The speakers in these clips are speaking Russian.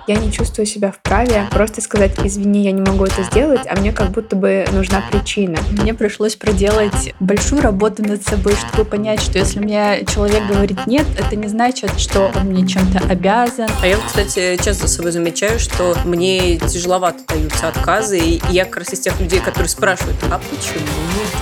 я не чувствую себя вправе просто сказать: извини, я не могу это сделать, а мне как будто бы нужна причина. Мне пришлось проделать большую работу над собой, чтобы понять, что если мне человек говорит «нет», это не значит, что он мне чем-то обязан. А я, кстати, часто за собой замечаю, что мне тяжеловато даются отказы, и я как раз из тех людей, которые спрашивают: а почему нет?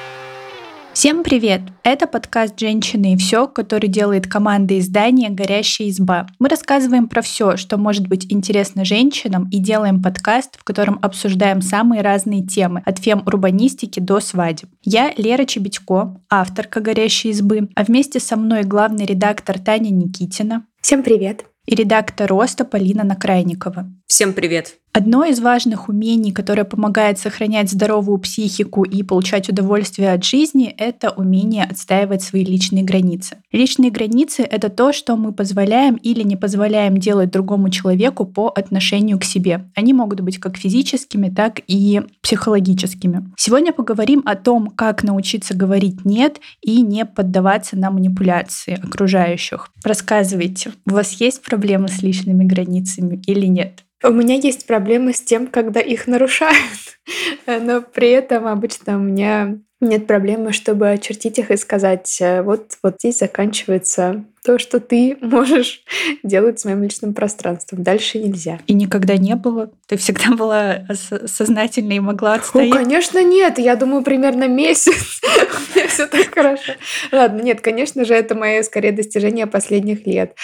Всем привет! Это подкаст «Женщины и все», который делает команда издания «Горящая изба». Мы рассказываем про все, что может быть интересно женщинам, и делаем подкаст, в котором обсуждаем самые разные темы, от фем-урбанистики до свадеб. Я Лера Чебедько, авторка «Горящей избы», а вместе со мной главный редактор Таня Никитина. Всем привет! И редактор «Роста» Полина Накрайникова. Всем привет! Одно из важных умений, которое помогает сохранять здоровую психику и получать удовольствие от жизни, это умение отстаивать свои личные границы. Личные границы — это то, что мы позволяем или не позволяем делать другому человеку по отношению к себе. Они могут быть как физическими, так и психологическими. Сегодня поговорим о том, как научиться говорить «нет» и не поддаваться на манипуляции окружающих. Рассказывайте, у вас есть проблемы с личными границами или нет? У меня есть проблемы с тем, когда их нарушают, но при этом обычно у меня нет проблемы, чтобы очертить их и сказать: вот здесь заканчивается то, что ты можешь делать с моим личным пространством. Дальше нельзя. И никогда не было? Ты всегда была сознательной и могла отстоять? Конечно, нет. Я думаю, примерно месяц. У меня все так хорошо. Ладно, нет, конечно же, это мое скорее достижение последних лет.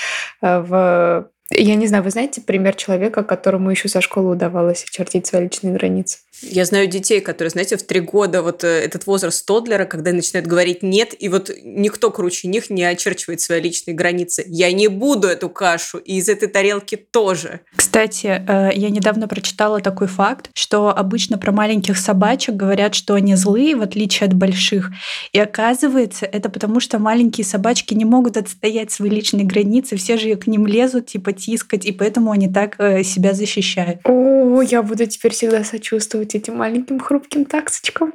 Я не знаю, вы знаете пример человека, которому еще со школы удавалось очертить свои личные границы? Я знаю детей, которые, знаете, в 3 года, вот этот возраст тоддлера, когда начинают говорить «нет», и вот никто круче них не очерчивает свои личные границы. Я не буду эту кашу, и из этой тарелки тоже. Кстати, я недавно прочитала такой факт, что обычно про маленьких собачек говорят, что они злые, в отличие от больших. И оказывается, это потому, что маленькие собачки не могут отстоять свои личные границы, все же к ним лезут, типа тискать, и поэтому они так себя защищают. О, я буду теперь всегда сочувствовать этим маленьким хрупким таксочкам.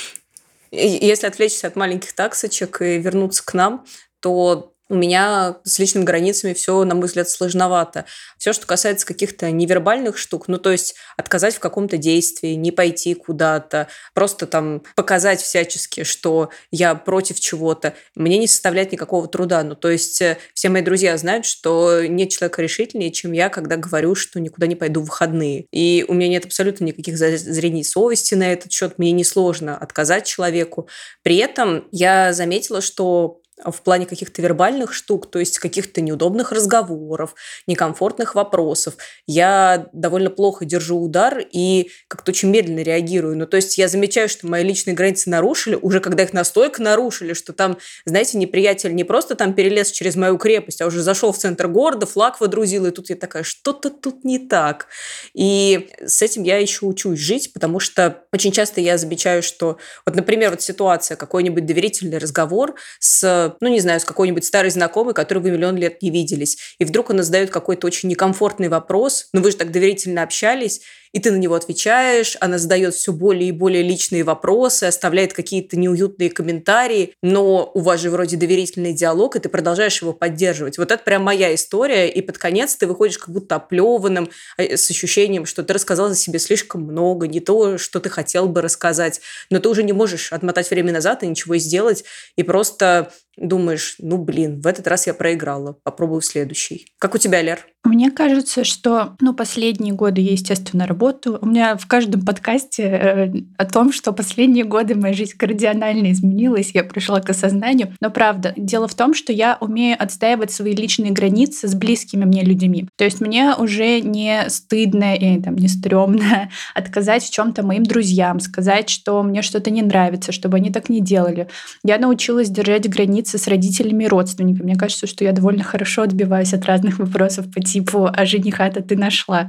Если отвлечься от маленьких таксочек и вернуться к нам, то у меня с личными границами все, на мой взгляд, сложновато. Все, что касается каких-то невербальных штук, то есть отказать в каком-то действии, не пойти куда-то, просто там показать всячески, что я против чего-то, мне не составляет никакого труда. То есть все мои друзья знают, что нет человека решительнее, чем я, когда говорю, что никуда не пойду в выходные. И у меня нет абсолютно никаких зазрений совести на этот счет. Мне несложно отказать человеку. При этом я заметила, что в плане каких-то вербальных штук, то есть каких-то неудобных разговоров, некомфортных вопросов, я довольно плохо держу удар и как-то очень медленно реагирую. То есть я замечаю, что мои личные границы нарушили, уже когда их настолько нарушили, что там, знаете, неприятель не просто там перелез через мою крепость, а уже зашел в центр города, флаг водрузил, и тут я такая: что-то тут не так. И с этим я еще учусь жить, потому что очень часто я замечаю, что вот, например, ситуация, какой-нибудь доверительный разговор с с какой-нибудь старой знакомой, которой вы миллион лет не виделись. И вдруг она задает какой-то очень некомфортный вопрос, вы же так доверительно общались, и ты на него отвечаешь, она задает все более и более личные вопросы, оставляет какие-то неуютные комментарии, но у вас же вроде доверительный диалог, и ты продолжаешь его поддерживать. Вот это прям моя история, и под конец ты выходишь как будто оплеванным, с ощущением, что ты рассказал о себе слишком много, не то, что ты хотел бы рассказать, но ты уже не можешь отмотать время назад и ничего сделать, и просто думаешь: в этот раз я проиграла, попробую в следующий. Как у тебя, Лер? Мне кажется, что последние годы я, естественно, работаю. У меня в каждом подкасте о том, что последние годы моя жизнь кардинально изменилась, я пришла к осознанию. Но правда, дело в том, что я умею отстаивать свои личные границы с близкими мне людьми. То есть мне уже не стыдно и не стрёмно отказать в чем-то моим друзьям, сказать, что мне что-то не нравится, чтобы они так не делали. Я научилась держать границы с родителями и родственниками. Мне кажется, что я довольно хорошо отбиваюсь от разных вопросов по типу: а жениха-то ты нашла?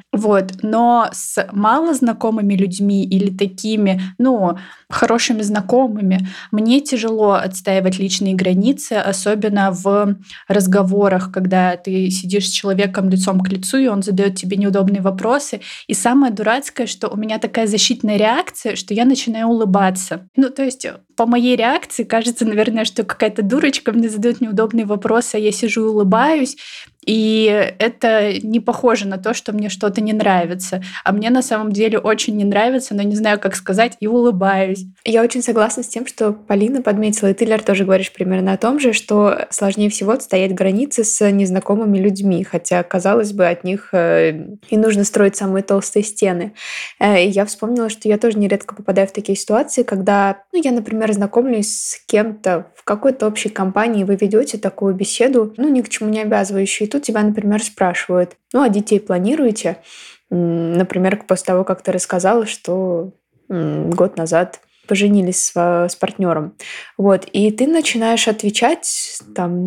Но с малознакомыми людьми или такими, хорошими знакомыми мне тяжело отстаивать личные границы, особенно в разговорах, когда ты сидишь с человеком лицом к лицу, и он задает тебе неудобные вопросы. И самое дурацкое, что у меня такая защитная реакция, что я начинаю улыбаться. То есть по моей реакции кажется, наверное, что какая-то дурочка мне задает неудобные вопросы, а я сижу и улыбаюсь. И это не похоже на то, что мне что-то не нравится. А мне на самом деле очень не нравится, но не знаю, как сказать, и улыбаюсь. Я очень согласна с тем, что Полина подметила, и ты, Лер, тоже говоришь примерно о том же, что сложнее всего отстоять границы с незнакомыми людьми, хотя, казалось бы, от них и нужно строить самые толстые стены. И я вспомнила, что я тоже нередко попадаю в такие ситуации, когда, я, например, знакомлюсь с кем-то в какой-то общей компании, вы ведете такую беседу, ни к чему не обязывающую, и тут тебя, например, спрашивают, а детей планируете? Например, после того, как ты рассказала, что год назад поженились с партнером. Вот. И ты начинаешь отвечать,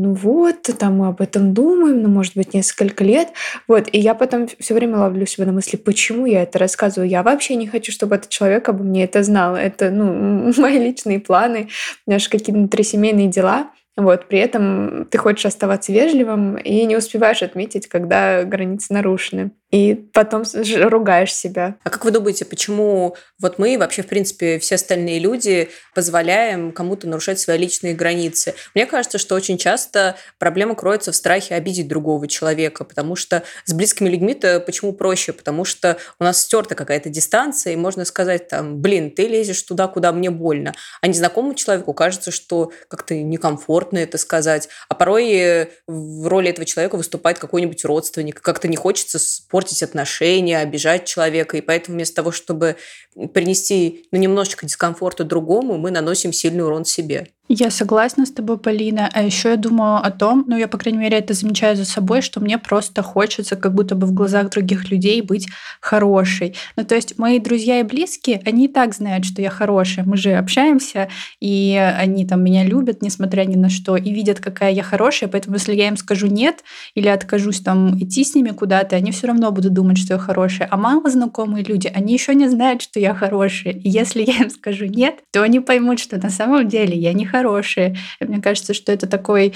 мы об этом думаем, может быть, несколько лет. Вот. И я потом все время ловлю себя на мысли, почему я это рассказываю. Я вообще не хочу, чтобы этот человек обо мне это знал. Это, мои личные планы, наши какие-то внутрисемейные дела. Вот, при этом ты хочешь оставаться вежливым и не успеваешь отметить, когда границы нарушены. И потом ругаешь себя. А как вы думаете, почему мы, вообще, в принципе, все остальные люди позволяем кому-то нарушать свои личные границы? Мне кажется, что очень часто проблема кроется в страхе обидеть другого человека, потому что с близкими людьми-то почему проще? Потому что у нас стерта какая-то дистанция, и можно сказать ты лезешь туда, куда мне больно. А незнакомому человеку кажется, что как-то некомфортно это сказать. А порой в роли этого человека выступает какой-нибудь родственник. Как-то не хочется портить отношения, обижать человека. И поэтому вместо того, чтобы принести немножечко дискомфорта другому, мы наносим сильный урон себе. Я согласна с тобой, Полина. А еще я думаю о том, я, по крайней мере, это замечаю за собой, что мне просто хочется как будто бы в глазах других людей быть хорошей. То есть мои друзья и близкие, они и так знают, что я хорошая. Мы же общаемся, и они меня любят, несмотря ни на что, и видят, какая я хорошая. Поэтому если я им скажу нет или откажусь идти с ними куда-то, они все равно будут думать, что я хорошая. А мало знакомые люди, они еще не знают, что я хорошая. И если я им скажу нет, то они поймут, что на самом деле я не хорошие. И мне кажется, что это такой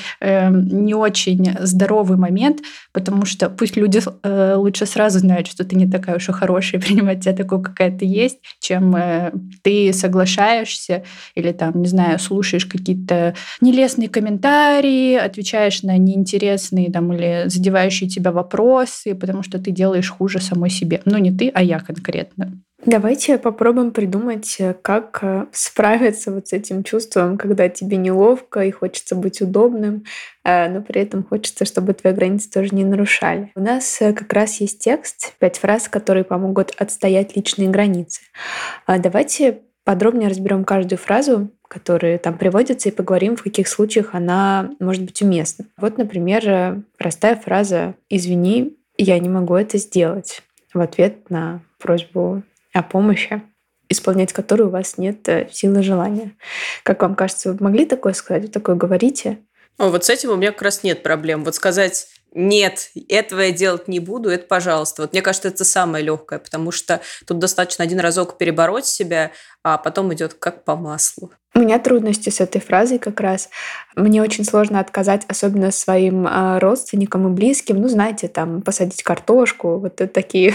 не очень здоровый момент, потому что пусть люди лучше сразу знают, что ты не такая уж и хорошая, и принимать тебя такой, какая ты есть, чем ты соглашаешься или слушаешь какие-то нелестные комментарии, отвечаешь на неинтересные или задевающие тебя вопросы, потому что ты делаешь хуже самой себе. Не ты, а я конкретно. Давайте попробуем придумать, как справиться с этим чувством, когда тебе неловко и хочется быть удобным, но при этом хочется, чтобы твои границы тоже не нарушали. У нас как раз есть текст, 5 фраз, которые помогут отстоять личные границы. Давайте подробнее разберем каждую фразу, которая там приводится, и поговорим, в каких случаях она может быть уместна. Например, простая фраза «Извини, я не могу это сделать» в ответ на просьбу о помощи, исполнять которую у вас нет силы желания. Как вам кажется, вы могли такое сказать? Вы такое говорите? С этим у меня как раз нет проблем. Сказать «нет, этого я делать не буду», это пожалуйста. Мне кажется, это самое легкое, потому что тут достаточно один разок перебороть себя, а потом идет как по маслу. У меня трудности с этой фразой как раз. Мне очень сложно отказать, особенно своим родственникам и близким. Посадить картошку, это такие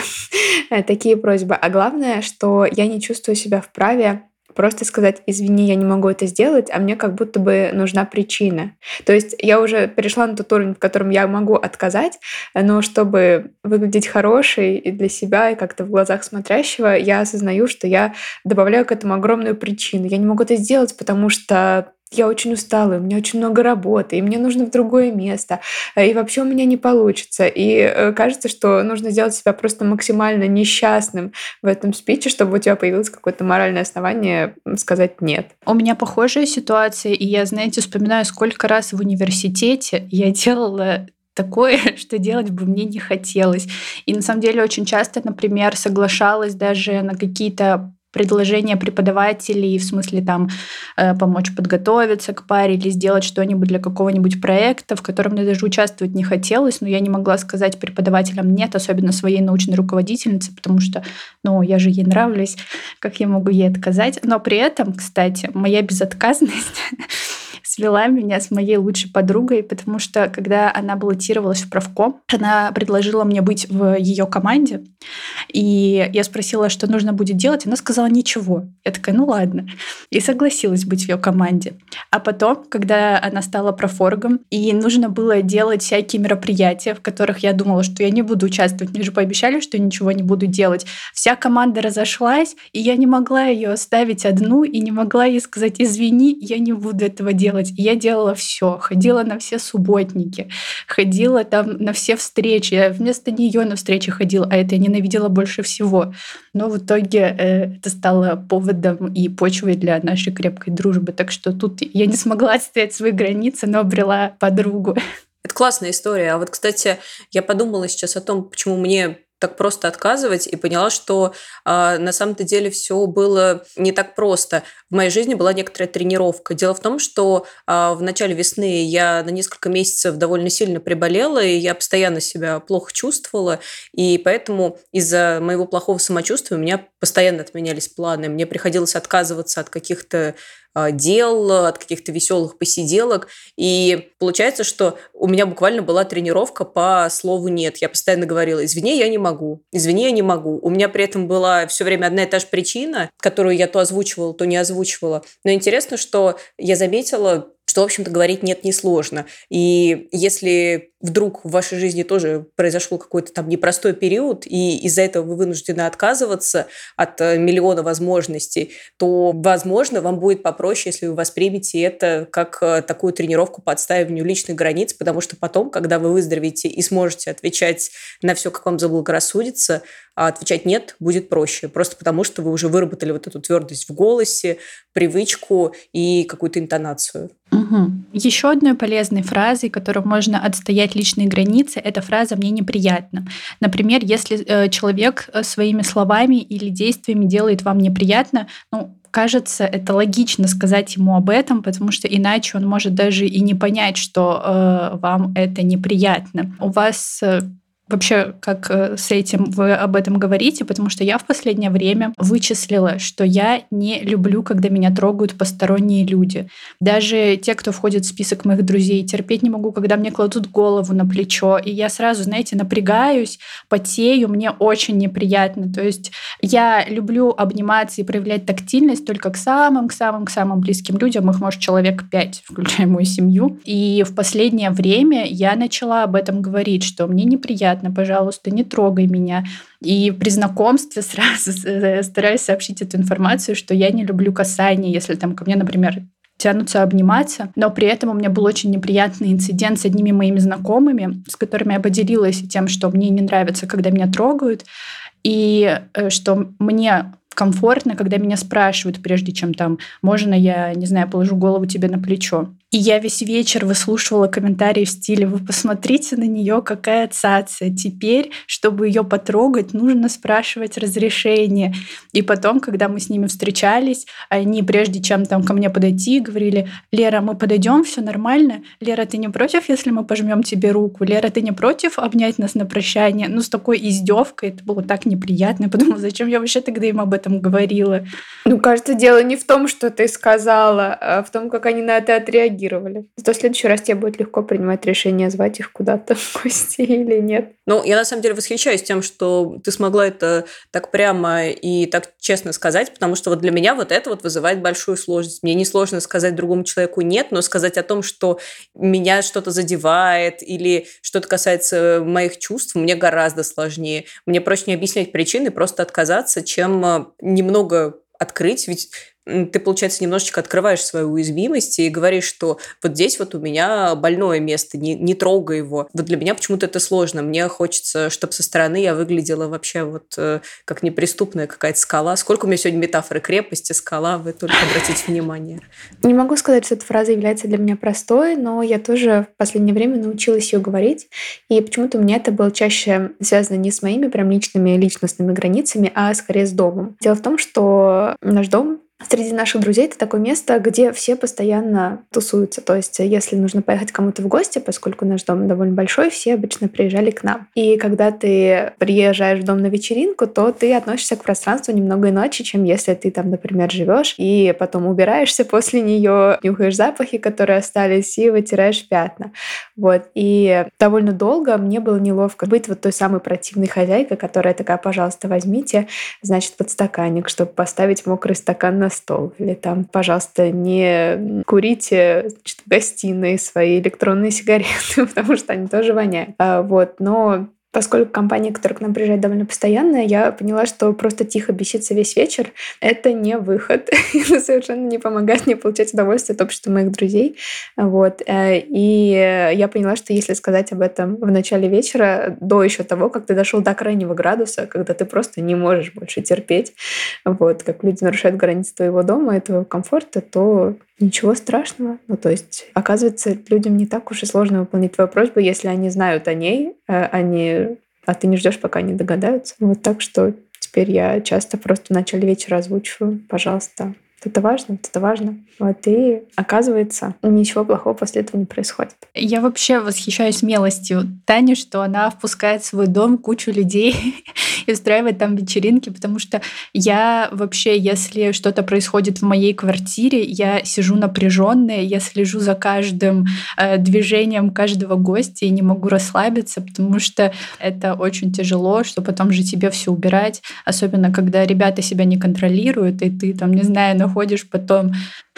просьбы. А главное, что я не чувствую себя вправе просто сказать «извини, я не могу это сделать», а мне как будто бы нужна причина. То есть я уже перешла на тот уровень, в котором я могу отказать, но чтобы выглядеть хорошей и для себя, и как-то в глазах смотрящего, я осознаю, что я добавляю к этому огромную причину. Я не могу это сделать, потому что я очень устала, у меня очень много работы, и мне нужно в другое место, и вообще у меня не получится. И кажется, что нужно сделать себя просто максимально несчастным в этом спиче, чтобы у тебя появилось какое-то моральное основание сказать «нет». У меня похожая ситуация, и я, вспоминаю, сколько раз в университете я делала такое, что делать бы мне не хотелось. И на самом деле очень часто, например, соглашалась даже на какие-то предложения преподавателей, в смысле помочь подготовиться к паре или сделать что-нибудь для какого-нибудь проекта, в котором мне даже участвовать не хотелось, но я не могла сказать преподавателям нет, особенно своей научной руководительнице, потому что, я же ей нравлюсь, как я могу ей отказать. Но при этом, кстати, моя безотказность свела меня с моей лучшей подругой, потому что, когда она баллотировалась в правком, она предложила мне быть в ее команде. И я спросила, что нужно будет делать, она сказала ничего. Я такая, ну ладно. И согласилась быть в ее команде. А потом, когда она стала профоргом, и нужно было делать всякие мероприятия, в которых я думала, что я не буду участвовать, мне же пообещали, что я ничего не буду делать. Вся команда разошлась, и я не могла ее оставить одну, и не могла ей сказать, извини, я не буду этого делать. И я делала все, ходила на все субботники, ходила там на все встречи. Я вместо нее на встречи ходила, а это я ненавидела больше всего. Но в итоге это стало поводом и почвой для нашей крепкой дружбы. Так что тут я не смогла отстоять свои границы, но обрела подругу. Это классная история. А вот, кстати, я подумала сейчас о том, почему мне так просто отказывать, и поняла, что на самом-то деле все было не так просто. В моей жизни была некоторая тренировка. Дело в том, что в начале весны я на несколько месяцев довольно сильно приболела, и я постоянно себя плохо чувствовала, и поэтому из-за моего плохого самочувствия у меня постоянно отменялись планы. Мне приходилось отказываться от каких-то дел, от каких-то веселых посиделок. И получается, что у меня буквально была тренировка по слову «нет». Я постоянно говорила: извини, я не могу, извини, я не могу. У меня при этом была все время одна и та же причина, которую я то озвучивала, то не озвучивала. Но интересно, что я заметила, что, в общем-то, говорить «нет» несложно. И если вдруг в вашей жизни тоже произошел какой-то там непростой период, и из-за этого вы вынуждены отказываться от миллиона возможностей, то, возможно, вам будет попроще, если вы воспримете это как такую тренировку по отстаиванию личных границ, потому что потом, когда вы выздоровеете и сможете отвечать на все, как вам заблагорассудится, а отвечать «нет» будет проще. Просто потому, что вы уже выработали вот эту твердость в голосе, привычку и какую-то интонацию. Угу. Еще одной полезной фразой, которой можно отстоять личные границы, это фраза «мне неприятно». Например, если человек своими словами или действиями делает вам неприятно, кажется, это логично сказать ему об этом, потому что иначе он может даже и не понять, что вам это неприятно. У вас вообще, как с этим вы об этом говорите, потому что я в последнее время вычислила, что я не люблю, когда меня трогают посторонние люди. Даже те, кто входит в список моих друзей, терпеть не могу, когда мне кладут голову на плечо, и я сразу, знаете, напрягаюсь, потею, мне очень неприятно. То есть я люблю обниматься и проявлять тактильность только к самым близким людям, их может человек 5, включая мою семью. И в последнее время я начала об этом говорить, что мне неприятно, пожалуйста, не трогай меня. И при знакомстве сразу стараюсь сообщить эту информацию, что я не люблю касания, если там ко мне, например, тянутся обниматься. Но при этом у меня был очень неприятный инцидент с одними моими знакомыми, с которыми я поделилась тем, что мне не нравится, когда меня трогают, и что мне комфортно, когда меня спрашивают, прежде чем там, можно я, не знаю, положу голову тебе на плечо. И я весь вечер выслушивала комментарии в стиле: вы посмотрите на нее, какая цаца. Теперь, чтобы ее потрогать, нужно спрашивать разрешение. И потом, когда мы с ними встречались, они, прежде чем там ко мне подойти, говорили: Лера, мы подойдем, все нормально? Лера, ты не против, если мы пожмем тебе руку? Лера, ты не против обнять нас на прощание? С такой издевкой. Это было так неприятно. Я подумала, зачем я вообще тогда им об этом говорила? Кажется, дело не в том, что ты сказала, а в том, как они на это отреагировали. Зато в следующий раз тебе будет легко принимать решение, звать их куда-то в гости или нет. Я на самом деле восхищаюсь тем, что ты смогла это так прямо и так честно сказать, потому что вот для меня вот это вот вызывает большую сложность. Мне несложно сказать другому человеку «нет», но сказать о том, что меня что-то задевает или что-то касается моих чувств, мне гораздо сложнее. Мне проще не объяснять причины, просто отказаться, чем немного открыть, ведь ты, получается, немножечко открываешь свою уязвимость и говоришь, что вот здесь вот у меня больное место, не трогай его. Вот для меня почему-то это сложно. Мне хочется, чтобы со стороны я выглядела вообще вот как неприступная какая-то скала. Сколько у меня сегодня метафоры: крепости, скала, вы только обратите внимание. Не могу сказать, что эта фраза является для меня простой, но я тоже в последнее время научилась ее говорить. И почему-то у меня это было чаще связано не с моими прям личными личностными границами, а скорее с домом. Дело в том, что наш дом Среди наших друзей это такое место, где все постоянно тусуются. То есть, если нужно поехать к кому-то в гости, поскольку наш дом довольно большой, все обычно приезжали к нам. И когда ты приезжаешь в дом на вечеринку, то ты относишься к пространству немного иначе, чем если ты там, например, живешь и потом убираешься после нее, нюхаешь запахи, которые остались, и вытираешь пятна. Вот. И довольно долго мне было неловко быть вот той самой противной хозяйкой, которая такая: пожалуйста, возьмите, значит, подстаканник, чтобы поставить мокрый стакан на стол. Или там, пожалуйста, не курите, значит, в гостиной свои электронные сигареты, потому что они тоже воняют. Вот. Но поскольку компания, которая к нам приезжает довольно постоянно, я поняла, что просто тихо беситься весь вечер — это не выход. Это совершенно не помогает мне получать удовольствие от общества моих друзей. Вот. И я поняла, что если сказать об этом в начале вечера, до еще того, как ты дошел до крайнего градуса, когда ты просто не можешь больше терпеть, вот, как люди нарушают границы твоего дома и твоего комфорта, то ничего страшного. Ну, то есть, оказывается, людям не так уж и сложно выполнить твою просьбу, если они знают о ней, а ты не ждешь, пока они догадаются. Вот, так что теперь я часто просто в начале вечера озвучиваю: пожалуйста, это важно, это важно. Вот, и оказывается, ничего плохого после этого не происходит. Я вообще восхищаюсь смелостью Тани, что она впускает в свой дом кучу людей и устраивает там вечеринки, потому что я вообще, если что-то происходит в моей квартире, я сижу напряженная, я слежу за каждым движением каждого гостя и не могу расслабиться, потому что это очень тяжело, что потом же тебе все убирать, особенно когда ребята себя не контролируют, и ты там, не знаю, находишь потом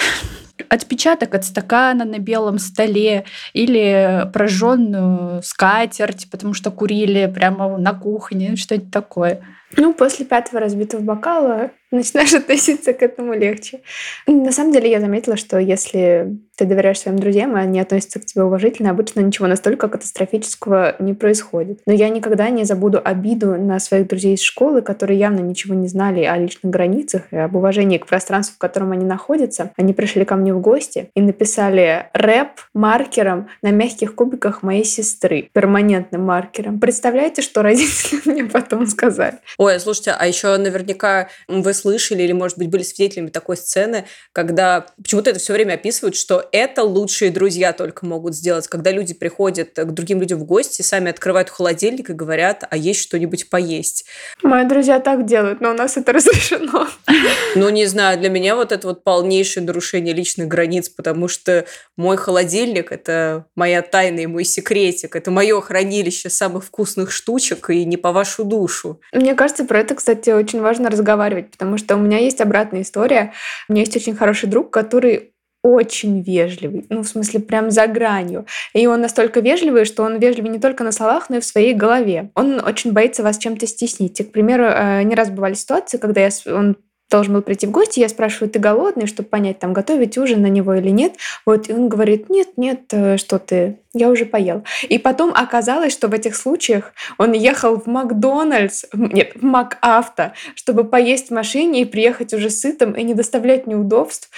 отпечаток от стакана на белом столе или прожженную скатерть, потому что курили прямо на кухне, что-то такое. Ну, после 5-го разбитого бокала начинаешь относиться к этому легче. На самом деле я заметила, что если ты доверяешь своим друзьям, и они относятся к тебе уважительно, обычно ничего настолько катастрофического не происходит. Но я никогда не забуду обиду на своих друзей из школы, которые явно ничего не знали о личных границах и об уважении к пространству, в котором они находятся. Они пришли ко мне в гости и написали рэп маркером на мягких кубиках моей сестры, перманентным маркером. Представляете, что родители мне потом сказали? Ой, слушайте, а еще наверняка вы слышали или, может быть, были свидетелями такой сцены, когда почему-то это все время описывают, что это лучшие друзья только могут сделать, когда люди приходят к другим людям в гости, сами открывают холодильник и говорят: а есть что-нибудь поесть? Мои друзья так делают, но у нас это разрешено. Ну, не знаю, для меня вот это вот полнейшее нарушение личных границ, потому что мой холодильник — это моя тайна и мой секретик, это мое хранилище самых вкусных штучек и не по вашу душу. Мне кажется, про это, кстати, очень важно разговаривать, потому что у меня есть обратная история. У меня есть очень хороший друг, который очень вежливый, ну, в смысле, прям за гранью. И он настолько вежливый, что он вежливый не только на словах, но и в своей голове. Он очень боится вас чем-то стеснить. И, к примеру, не раз бывали ситуации, когда он должен был прийти в гости, я спрашиваю: ты голодный, чтобы понять, там, готовить ужин на него или нет. Вот, и он говорит: нет, нет, что ты, я уже поел. И потом оказалось, что в этих случаях он ехал в Макдональдс, нет, в МакАвто, чтобы поесть в машине и приехать уже сытым и не доставлять неудобств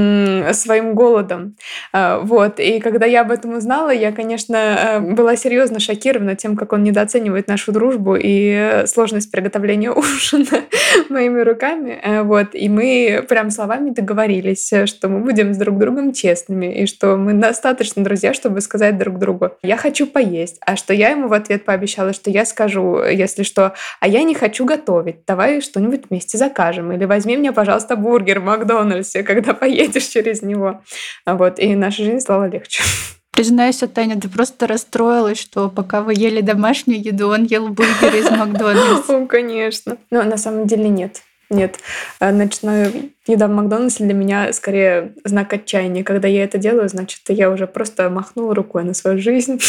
своим голодом. Вот. И когда я об этом узнала, я, конечно, была серьезно шокирована тем, как он недооценивает нашу дружбу и сложность приготовления ужина моими руками. Вот. И мы прям словами договорились, что мы будем с друг другом честными, и что мы достаточно друзья, чтобы сказать друг другу: я хочу поесть. А что я ему в ответ пообещала, что я скажу, если что: а я не хочу готовить, давай что-нибудь вместе закажем. Или возьми мне, пожалуйста, бургер в Макдональдсе, когда поедешь через него. Вот. И наша жизнь стала легче. Признаюсь, Таня, ты просто расстроилась, что пока вы ели домашнюю еду, он ел бургеры из Макдональдса. О, конечно. Но на самом деле нет. Нет. Ночная еда в Макдональдсе для меня скорее знак отчаяния. Когда я это делаю, значит, я уже просто махнула рукой на свою жизнь.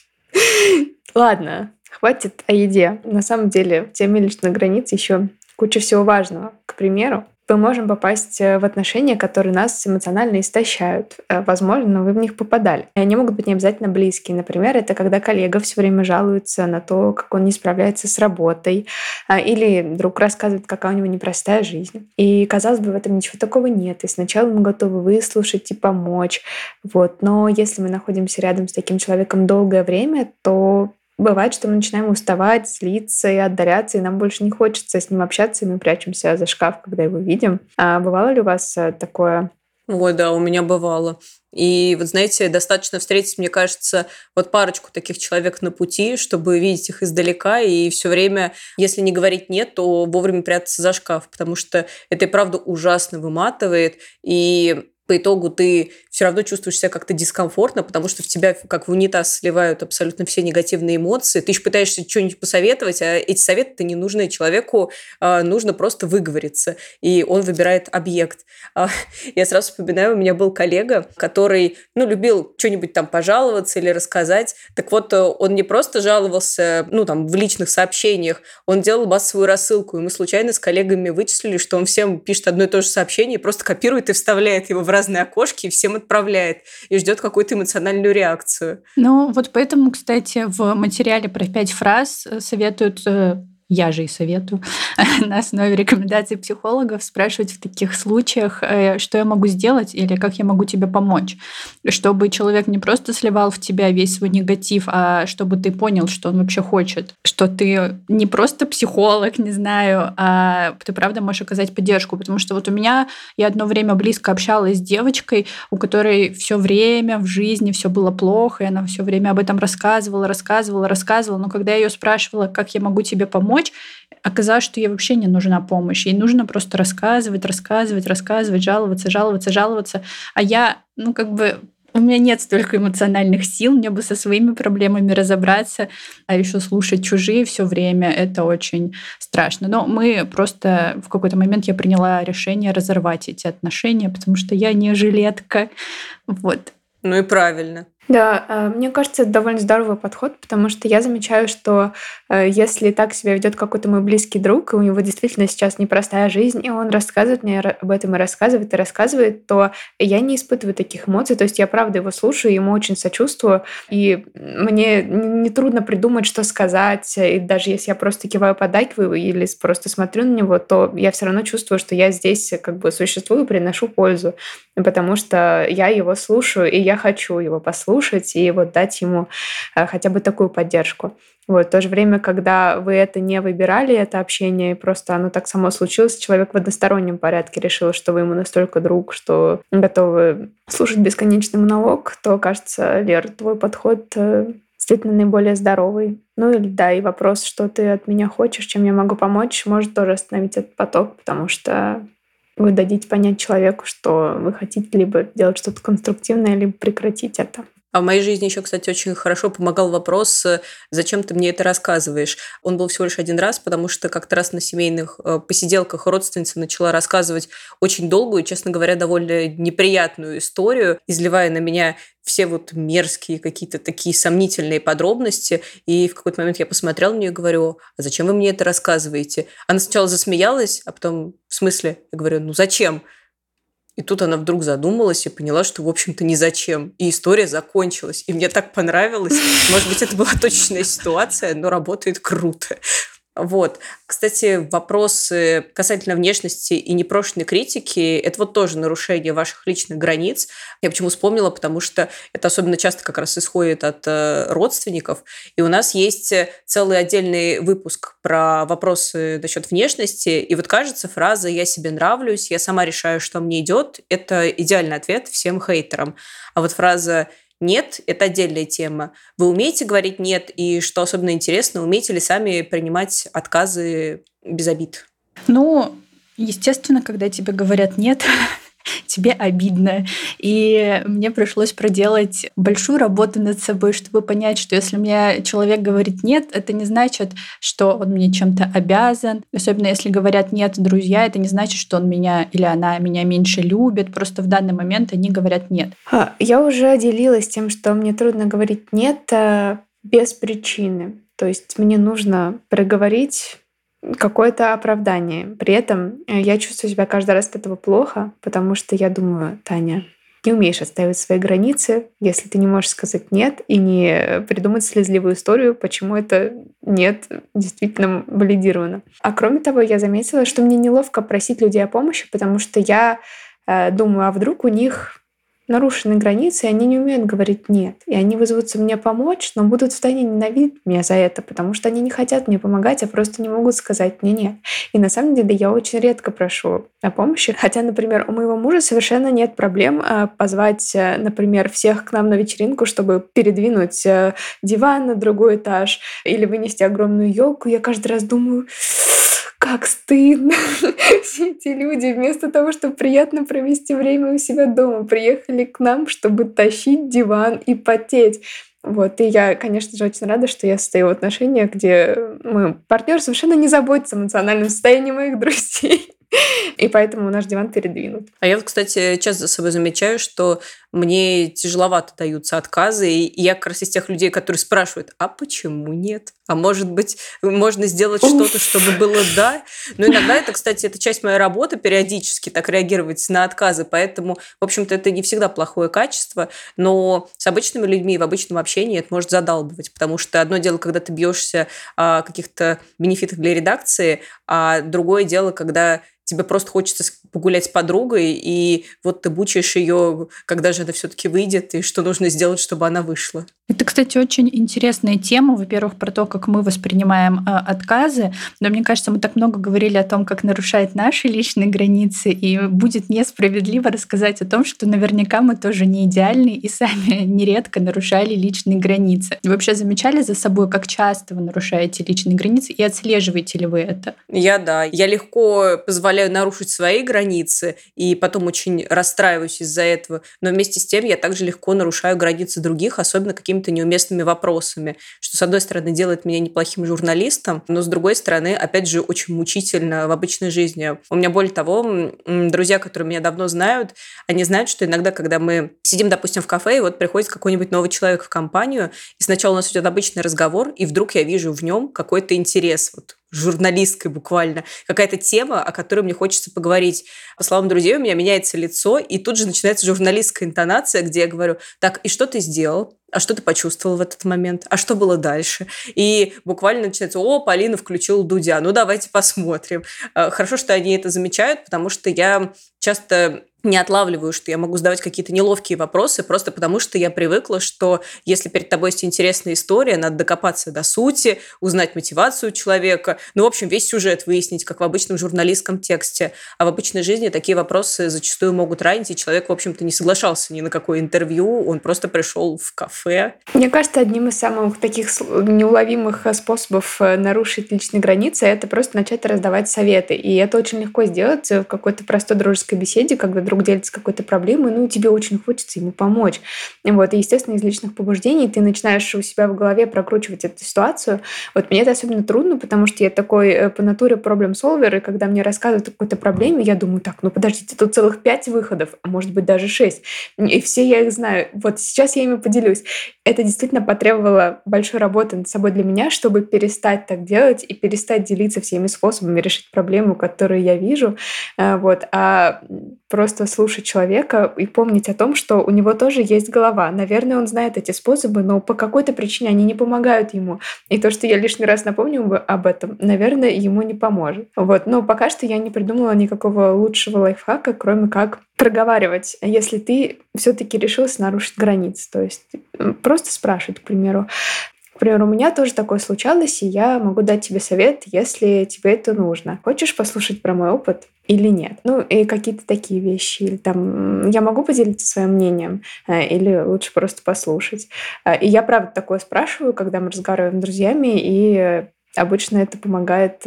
Ладно, хватит о еде. На самом деле, в теме личных границ еще куча всего важного. К примеру, мы можем попасть в отношения, которые нас эмоционально истощают. Возможно, вы в них попадали. И они могут быть не обязательно близкие. Например, это когда коллега все время жалуется на то, как он не справляется с работой, или друг рассказывает, какая у него непростая жизнь. И, казалось бы, в этом ничего такого нет. И сначала мы готовы выслушать и помочь. Вот. Но если мы находимся рядом с таким человеком долгое время, то бывает, что мы начинаем уставать, злиться и отдаляться, и нам больше не хочется с ним общаться, и мы прячемся за шкаф, когда его видим. А бывало ли у вас такое? Ой, да, у меня бывало. И вот знаете, достаточно встретить, мне кажется, вот парочку таких человек на пути, чтобы видеть их издалека и все время, если не говорить нет, то вовремя прятаться за шкаф, потому что это и правда ужасно выматывает, и по итогу ты все равно чувствуешь себя как-то дискомфортно, потому что в тебя как в унитаз сливают абсолютно все негативные эмоции. Ты еще пытаешься что-нибудь посоветовать, а эти советы не нужны человеку, нужно просто выговориться, и он выбирает объект. Я сразу вспоминаю, у меня был коллега, который, любил что-нибудь там пожаловаться или рассказать. Так вот, он не просто жаловался, там, в личных сообщениях, он делал массовую рассылку, и мы случайно с коллегами вычислили, что он всем пишет одно и то же сообщение, просто копирует и вставляет его в разные окошки и всем отправляет, и ждет какую-то эмоциональную реакцию. Вот поэтому, кстати, в материале про 5 фраз советуют я же и советую на основе рекомендаций психологов спрашивать в таких случаях, что я могу сделать или как я могу тебе помочь, чтобы человек не просто сливал в тебя весь свой негатив, а чтобы ты понял, что он вообще хочет, что ты не просто психолог, не знаю, а ты правда можешь оказать поддержку, потому что вот у меня я одно время близко общалась с девочкой, у которой все время в жизни все было плохо, и она все время об этом рассказывала, но когда я ее спрашивала, как я могу тебе помочь, оказалось, что ей вообще не нужна помощь. Ей нужно просто рассказывать, жаловаться. А я, у меня нет столько эмоциональных сил, мне бы со своими проблемами разобраться, а еще слушать чужие все время, это очень страшно. Но мы просто в какой-то момент я приняла решение разорвать эти отношения, потому что я не жилетка. Вот. Ну и правильно. Да, мне кажется, это довольно здоровый подход, потому что я замечаю, что если так себя ведет какой-то мой близкий друг, и у него действительно сейчас непростая жизнь, и он рассказывает мне об этом и рассказывает, то я не испытываю таких эмоций. То есть я правда его слушаю, ему очень сочувствую, и мне нетрудно придумать, что сказать. И даже если я просто киваю, поддакиваю или просто смотрю на него, то я все равно чувствую, что я здесь как бы существую, приношу пользу, потому что я его слушаю, и я хочу его послушать, и вот дать ему хотя бы такую поддержку. Вот. В то же время, когда вы это не выбирали, это общение, и просто оно так само случилось, человек в одностороннем порядке решил, что вы ему настолько друг, что готовы слушать бесконечный монолог, то, кажется, Лер, твой подход действительно наиболее здоровый. И вопрос, что ты от меня хочешь, чем я могу помочь, может тоже остановить этот поток, потому что вы дадите понять человеку, что вы хотите либо делать что-то конструктивное, либо прекратить это. А в моей жизни еще, кстати, очень хорошо помогал вопрос, зачем ты мне это рассказываешь. Он был всего лишь один раз, потому что как-то раз на семейных посиделках родственница начала рассказывать очень долгую, честно говоря, довольно неприятную историю, изливая на меня все вот мерзкие какие-то такие сомнительные подробности. И в какой-то момент я посмотрела на нее и говорю: а зачем вы мне это рассказываете? Она сначала засмеялась, а потом: в смысле? Я говорю: зачем? И тут она вдруг задумалась и поняла, что, в общем-то, ни зачем. И история закончилась. И мне так понравилось. Может быть, это была точечная ситуация, но работает круто. Вот. Кстати, вопросы касательно внешности и непрошенной критики – это вот тоже нарушение ваших личных границ. Я почему вспомнила, потому что это особенно часто как раз исходит от родственников. И у нас есть целый отдельный выпуск про вопросы насчет внешности. И вот кажется, фраза «я себе нравлюсь», «я сама решаю, что мне идет» – это идеальный ответ всем хейтерам. А вот фраза «нет» – это отдельная тема. Вы умеете говорить «нет», и, что особенно интересно, умеете ли сами принимать отказы без обид? Естественно, когда тебе говорят «нет», тебе обидно. И мне пришлось проделать большую работу над собой, чтобы понять, что если мне человек говорит «нет», это не значит, что он мне чем-то обязан. Особенно если говорят «нет» друзья, это не значит, что он меня или она меня меньше любит. Просто в данный момент они говорят «нет». Я уже делилась тем, что мне трудно говорить «нет» без причины. То есть мне нужно проговорить какое-то оправдание. При этом я чувствую себя каждый раз от этого плохо, потому что я думаю: Таня, не умеешь отстаивать свои границы, если ты не можешь сказать «нет» и не придумать слезливую историю, почему это «нет» действительно валидировано. А кроме того, я заметила, что мне неловко просить людей о помощи, потому что я думаю, а вдруг у них нарушены границы, и они не умеют говорить «нет». И они вызовутся мне помочь, но будут втайне ненавидеть меня за это, потому что они не хотят мне помогать, а просто не могут сказать мне «нет». И на самом деле я очень редко прошу о помощи. Хотя, например, у моего мужа совершенно нет проблем позвать, например, всех к нам на вечеринку, чтобы передвинуть диван на другой этаж или вынести огромную елку. Я каждый раз думаю, как стыдно. Все эти люди вместо того, чтобы приятно провести время у себя дома, приехали к нам, чтобы тащить диван и потеть. Вот. И я, конечно же, очень рада, что я состою в отношениях, где мой партнер совершенно не заботится о эмоциональном состоянии моих друзей. И поэтому наш диван передвинут. А я вот, кстати, часто за собой замечаю, что мне тяжеловато даются отказы, и я как раз из тех людей, которые спрашивают, а почему нет? А может быть, можно сделать что-то, чтобы было «да»? Но иногда это, кстати, это часть моей работы периодически так реагировать на отказы, поэтому, в общем-то, это не всегда плохое качество, но с обычными людьми в обычном общении это может задалбывать, потому что одно дело, когда ты бьешься о каких-то бенефитах для редакции, а другое дело, когда тебе просто хочется погулять с подругой, и вот ты бучаешь ее, когда же это все-таки выйдет, и что нужно сделать, чтобы она вышла. Это, кстати, очень интересная тема. Во-первых, про то, как мы воспринимаем отказы. Но мне кажется, мы так много говорили о том, как нарушать наши личные границы, и будет несправедливо рассказать о том, что наверняка мы тоже не идеальны и сами нередко нарушали личные границы. Вы вообще замечали за собой, как часто вы нарушаете личные границы, и отслеживаете ли вы это? Да. Я легко позволяю нарушить свои границы, и потом очень расстраиваюсь из-за этого. Но вместе с тем я также легко нарушаю границы других, особенно какими-то неуместными вопросами, что, с одной стороны, делает меня неплохим журналистом, но, с другой стороны, опять же, очень мучительно в обычной жизни. У меня, более того, друзья, которые меня давно знают, они знают, что иногда, когда мы сидим, допустим, в кафе, и вот приходит какой-нибудь новый человек в компанию, и сначала у нас идет обычный разговор, и вдруг я вижу в нем какой-то интерес, вот, журналистской буквально, какая-то тема, о которой мне хочется поговорить. По словам друзей, у меня меняется лицо, и тут же начинается журналистская интонация, где я говорю, так, и что ты сделал? А что ты почувствовал в этот момент? А что было дальше? И буквально начинается, Полина включила Дудя, ну давайте посмотрим. Хорошо, что они это замечают, потому что я часто не отлавливаю, что я могу задавать какие-то неловкие вопросы, просто потому что я привыкла, что если перед тобой есть интересная история, надо докопаться до сути, узнать мотивацию человека, в общем, весь сюжет выяснить, как в обычном журналистском тексте. А в обычной жизни такие вопросы зачастую могут ранить, и человек, в общем-то, не соглашался ни на какое интервью, он просто пришел в кафе. Мне кажется, одним из самых таких неуловимых способов нарушить личные границы — это просто начать раздавать советы. И это очень легко сделать в какой-то простой дружеской беседе, когда друг делится какой-то проблемой, тебе очень хочется ему помочь. Вот. И, естественно, из личных побуждений ты начинаешь у себя в голове прокручивать эту ситуацию. Вот мне это особенно трудно, потому что я такой по натуре проблем-солвер, и когда мне рассказывают о какой-то проблеме, я думаю, так, подождите, тут целых 5 выходов, а может быть даже 6. И все я их знаю. Вот сейчас я ими поделюсь. Это действительно потребовало большой работы над собой для меня, чтобы перестать так делать и перестать делиться всеми способами решить проблему, которую я вижу. Вот. А просто слушать человека и помнить о том, что у него тоже есть голова. Наверное, он знает эти способы, но по какой-то причине они не помогают ему. И то, что я лишний раз напомню об этом, наверное, ему не поможет. Вот. Но пока что я не придумала никакого лучшего лайфхака, кроме как проговаривать, если ты все-таки решился нарушить границы. То есть просто спрашивать, к примеру. К примеру, у меня тоже такое случалось, и я могу дать тебе совет, если тебе это нужно. Хочешь послушать про мой опыт или нет? И какие-то такие вещи. Или там я могу поделиться своим мнением, или лучше просто послушать. И я, правда, такое спрашиваю, когда мы разговариваем с друзьями, и обычно это помогает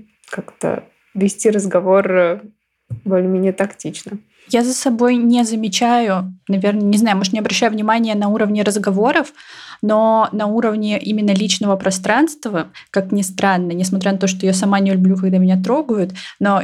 как-то вести разговор более-менее тактично. Я за собой не замечаю, наверное, не знаю, может, не обращаю внимания на уровне разговоров, но на уровне именно личного пространства, как ни странно, несмотря на то, что я сама не люблю, когда меня трогают, но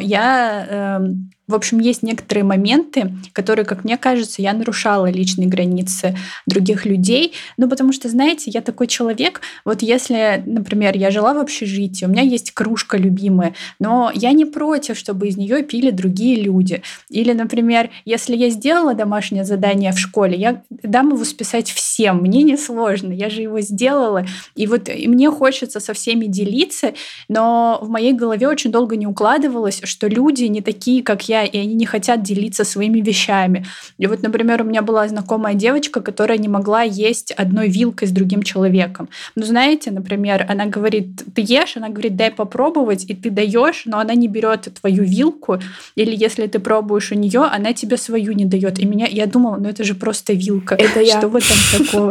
в общем, есть некоторые моменты, которые, как мне кажется, я нарушала личные границы других людей. Потому что, знаете, я такой человек, вот если, например, я жила в общежитии, у меня есть кружка любимая, но я не против, чтобы из нее пили другие люди. Или, например, если я сделала домашнее задание в школе, я дам его списать всем, мне не сложно, я же его сделала. И мне хочется со всеми делиться, но в моей голове очень долго не укладывалось, что люди не такие, как я, своя, и они не хотят делиться своими вещами. И вот, например, у меня была знакомая девочка, которая не могла есть одной вилкой с другим человеком. Ну, знаете, например, она говорит, ты ешь, она говорит, дай попробовать, и ты даешь, но она не берет твою вилку, или если ты пробуешь у нее, она тебе свою не дает. И я думала, ну это же просто вилка. Это я. Что в этом такого?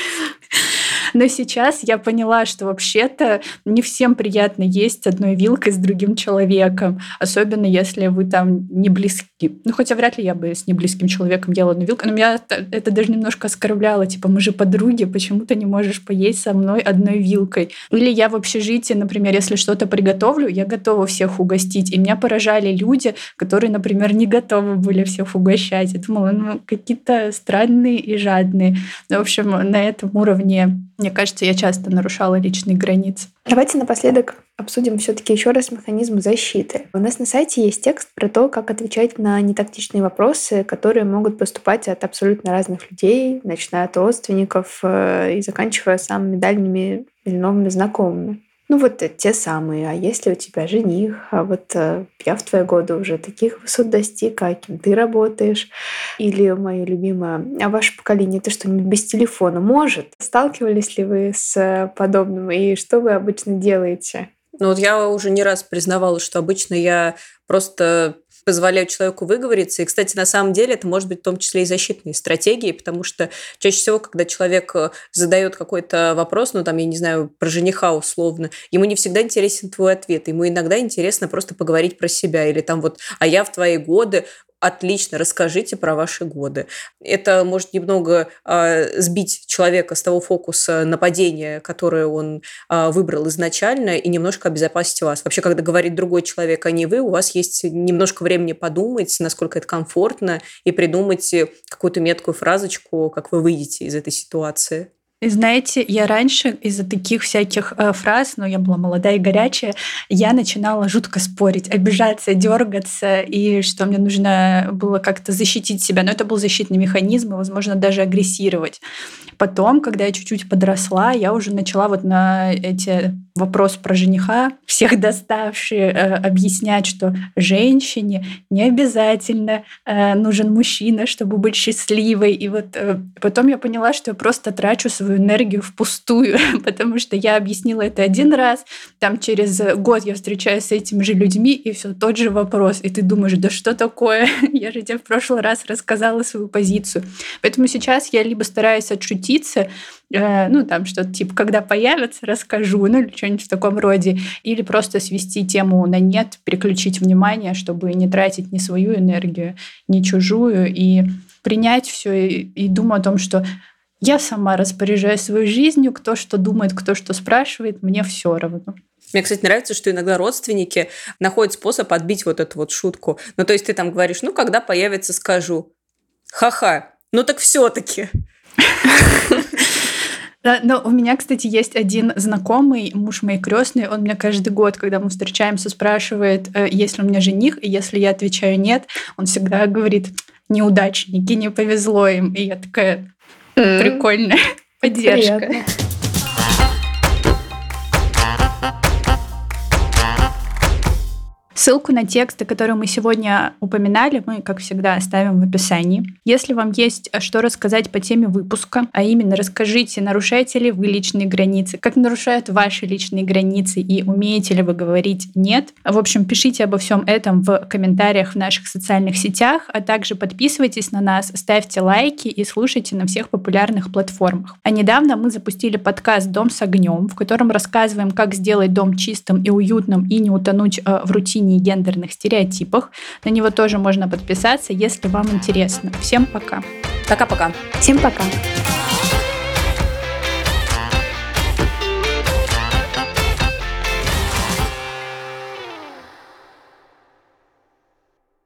Но сейчас я поняла, что вообще-то не всем приятно есть одной вилкой с другим человеком, особенно если вы там не близки. Ну, хотя вряд ли я бы с неблизким человеком ела одну вилку, но меня это даже немножко оскорбляло. Типа, мы же подруги, почему ты не можешь поесть со мной одной вилкой? Или я в общежитии, например, если что-то приготовлю, я готова всех угостить. И меня поражали люди, которые, например, не готовы были всех угощать. Я думала, ну, какие-то странные и жадные. В общем, на этом уровне, мне кажется, я часто нарушала личные границы. Давайте напоследок обсудим все-таки еще раз механизм защиты. У нас на сайте есть текст про то, как отвечать на нетактичные вопросы, которые могут поступать от абсолютно разных людей, начиная от родственников и заканчивая самыми дальними или новыми знакомыми. Ну вот те самые, а если у тебя жених, а вот я в твои годы уже таких высот достиг, а кем ты работаешь? Или мое любимое, а ваше поколение, это что-нибудь без телефона может? Сталкивались ли вы с подобным и что вы обычно делаете? Ну вот я уже не раз признавала, что обычно я просто позволяю человеку выговориться. И, кстати, на самом деле это может быть в том числе и защитные стратегии, потому что чаще всего, когда человек задает какой-то вопрос, ну там, я не знаю, про жениха условно, ему не всегда интересен твой ответ. Ему иногда интересно просто поговорить про себя. Или там вот, а я в твои годы. Отлично, расскажите про ваши годы. Это может немного сбить человека с того фокуса нападения, которое он выбрал изначально, и немножко обезопасить вас. Вообще, когда говорит другой человек, а не вы, у вас есть немножко времени подумать, насколько это комфортно, и придумать какую-то меткую фразочку, как вы выйдете из этой ситуации. И знаете, я раньше из-за таких всяких фраз, я была молодая и горячая, я начинала жутко спорить, обижаться, дергаться, и что мне нужно было как-то защитить себя. Но это был защитный механизм, и, возможно, даже агрессировать. Потом, когда я чуть-чуть подросла, я уже начала вот на эти вопросы про жениха, всех доставшие, объяснять, что женщине не обязательно нужен мужчина, чтобы быть счастливой. И вот потом я поняла, что я просто трачу свою энергию впустую, потому что я объяснила это один раз, там через год я встречаюсь с этими же людьми, и все тот же вопрос. И ты думаешь, да что такое? Я же тебе в прошлый раз рассказала свою позицию. Поэтому сейчас я либо стараюсь отшутиться, там что-то типа, когда появится, расскажу, или что-нибудь в таком роде, или просто свести тему на нет, переключить внимание, чтобы не тратить ни свою энергию, ни чужую, и принять все и думать о том, что я сама распоряжаюсь своей жизнью, кто что думает, кто что спрашивает, мне все равно. Мне, кстати, нравится, что иногда родственники находят способ отбить вот эту вот шутку. Ну, то есть ты там говоришь, когда появится, скажу. Ха-ха, так все-таки. Да, но у меня, кстати, есть один знакомый, муж моей крестной, он меня каждый год, когда мы встречаемся, спрашивает, есть ли у меня жених, и если я отвечаю нет, он всегда говорит, неудачники, не повезло им. И я такая, прикольная поддержка. Приятно. Ссылку на тексты, которые мы сегодня упоминали, мы, как всегда, оставим в описании. Если вам есть что рассказать по теме выпуска, а именно расскажите, нарушаете ли вы личные границы, как нарушают ваши личные границы и умеете ли вы говорить «нет». В общем, пишите обо всем этом в комментариях в наших социальных сетях, а также подписывайтесь на нас, ставьте лайки и слушайте на всех популярных платформах. А недавно мы запустили подкаст «Дом с огнем», в котором рассказываем, как сделать дом чистым и уютным и не утонуть в рутине и гендерных стереотипах. На него тоже можно подписаться, если вам интересно. Всем пока. Пока-пока. Всем пока.